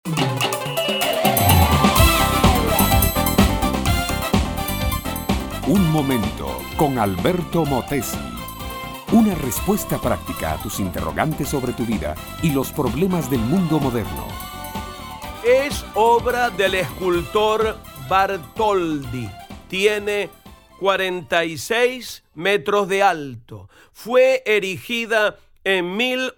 Un momento con Alberto Motesi. Una respuesta práctica a tus interrogantes sobre tu vida y los problemas del mundo moderno. Es obra del escultor Bartoldi. Tiene 46 metros de alto. Fue erigida en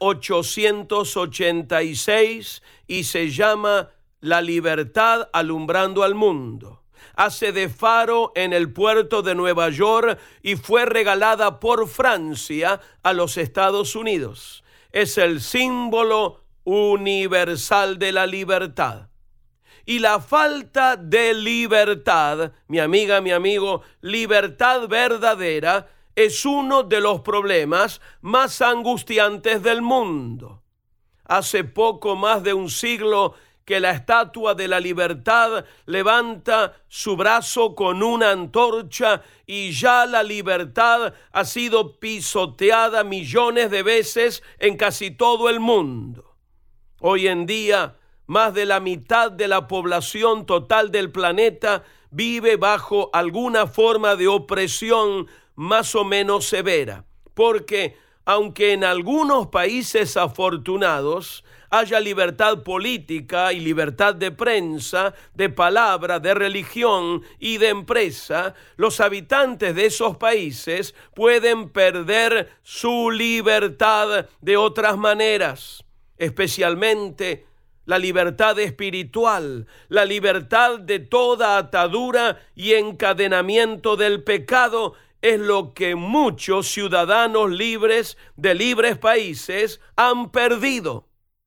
1886 y se llama La Libertad alumbrando al mundo. Hace de faro en el puerto de Nueva York y fue regalada por Francia a los Estados Unidos. Es el símbolo universal de la libertad. Y la falta de libertad, mi amiga, mi amigo, libertad verdadera, es uno de los problemas más angustiantes del mundo. Hace poco más de un siglo que la estatua de la libertad levanta su brazo con una antorcha y ya la libertad ha sido pisoteada millones de veces en casi todo el mundo. Hoy en día, más de la mitad de la población total del planeta vive bajo alguna forma de opresión más o menos severa, porque aunque en algunos países afortunados haya libertad política y libertad de prensa, de palabra, de religión y de empresa, los habitantes de esos países pueden perder su libertad de otras maneras, especialmente la libertad espiritual, la libertad de toda atadura y encadenamiento del pecado. Es lo que muchos ciudadanos libres de libres países han perdido.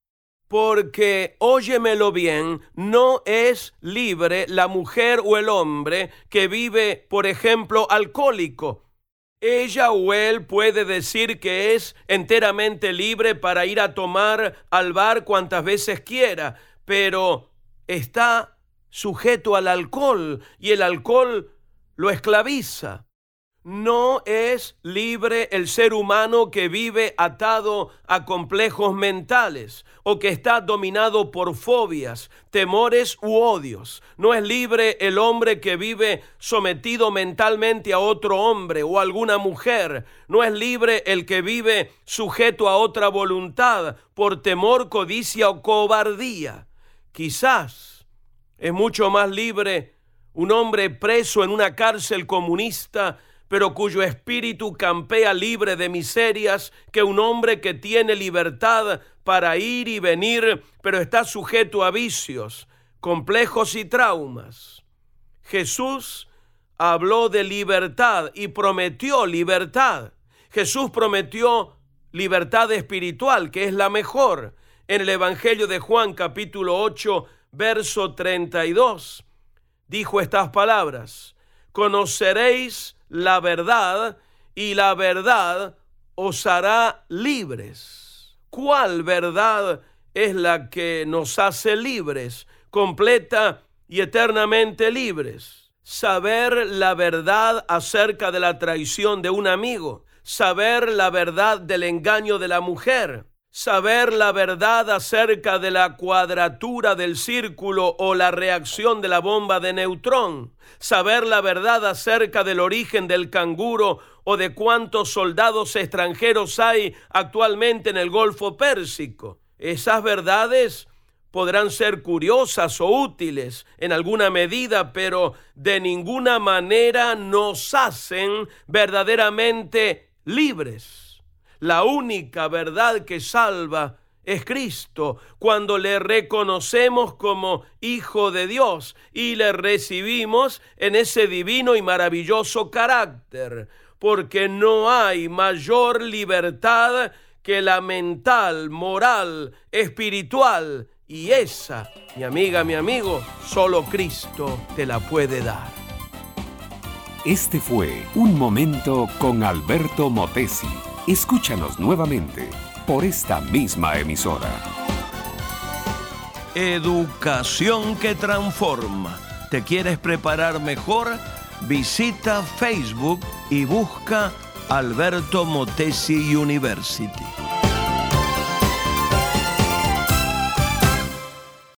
Porque, óyemelo bien, no es libre la mujer o el hombre que vive, por ejemplo, alcohólico. Ella o él puede decir que es enteramente libre para ir a tomar al bar cuantas veces quiera, pero está sujeto al alcohol y el alcohol lo esclaviza. No es libre el ser humano que vive atado a complejos mentales o que está dominado por fobias, temores u odios. No es libre el hombre que vive sometido mentalmente a otro hombre o alguna mujer. No es libre el que vive sujeto a otra voluntad por temor, codicia o cobardía. Quizás es mucho más libre un hombre preso en una cárcel comunista, pero cuyo espíritu campea libre de miserias, que un hombre que tiene libertad para ir y venir, pero está sujeto a vicios, complejos y traumas. Jesús habló de libertad y prometió libertad. Jesús prometió libertad espiritual, que es la mejor. En el Evangelio de Juan, capítulo 8, verso 32, dijo estas palabras: conoceréis la verdad y la verdad os hará libres. ¿Cuál verdad es la que nos hace libres, completa y eternamente libres? Saber la verdad acerca de la traición de un amigo, saber la verdad del engaño de la mujer, saber la verdad acerca de la cuadratura del círculo o la reacción de la bomba de neutrón, saber la verdad acerca del origen del canguro o de cuántos soldados extranjeros hay actualmente en el Golfo Pérsico. Esas verdades podrán ser curiosas o útiles en alguna medida, pero de ninguna manera nos hacen verdaderamente libres. La única verdad que salva es Cristo, cuando le reconocemos como Hijo de Dios y le recibimos en ese divino y maravilloso carácter, porque no hay mayor libertad que la mental, moral, espiritual, y esa, mi amiga, mi amigo, solo Cristo te la puede dar. Este fue Un Momento con Alberto Motesi. Escúchanos nuevamente por esta misma emisora. Educación que transforma. ¿Te quieres preparar mejor? Visita Facebook y busca Alberto Motesi University.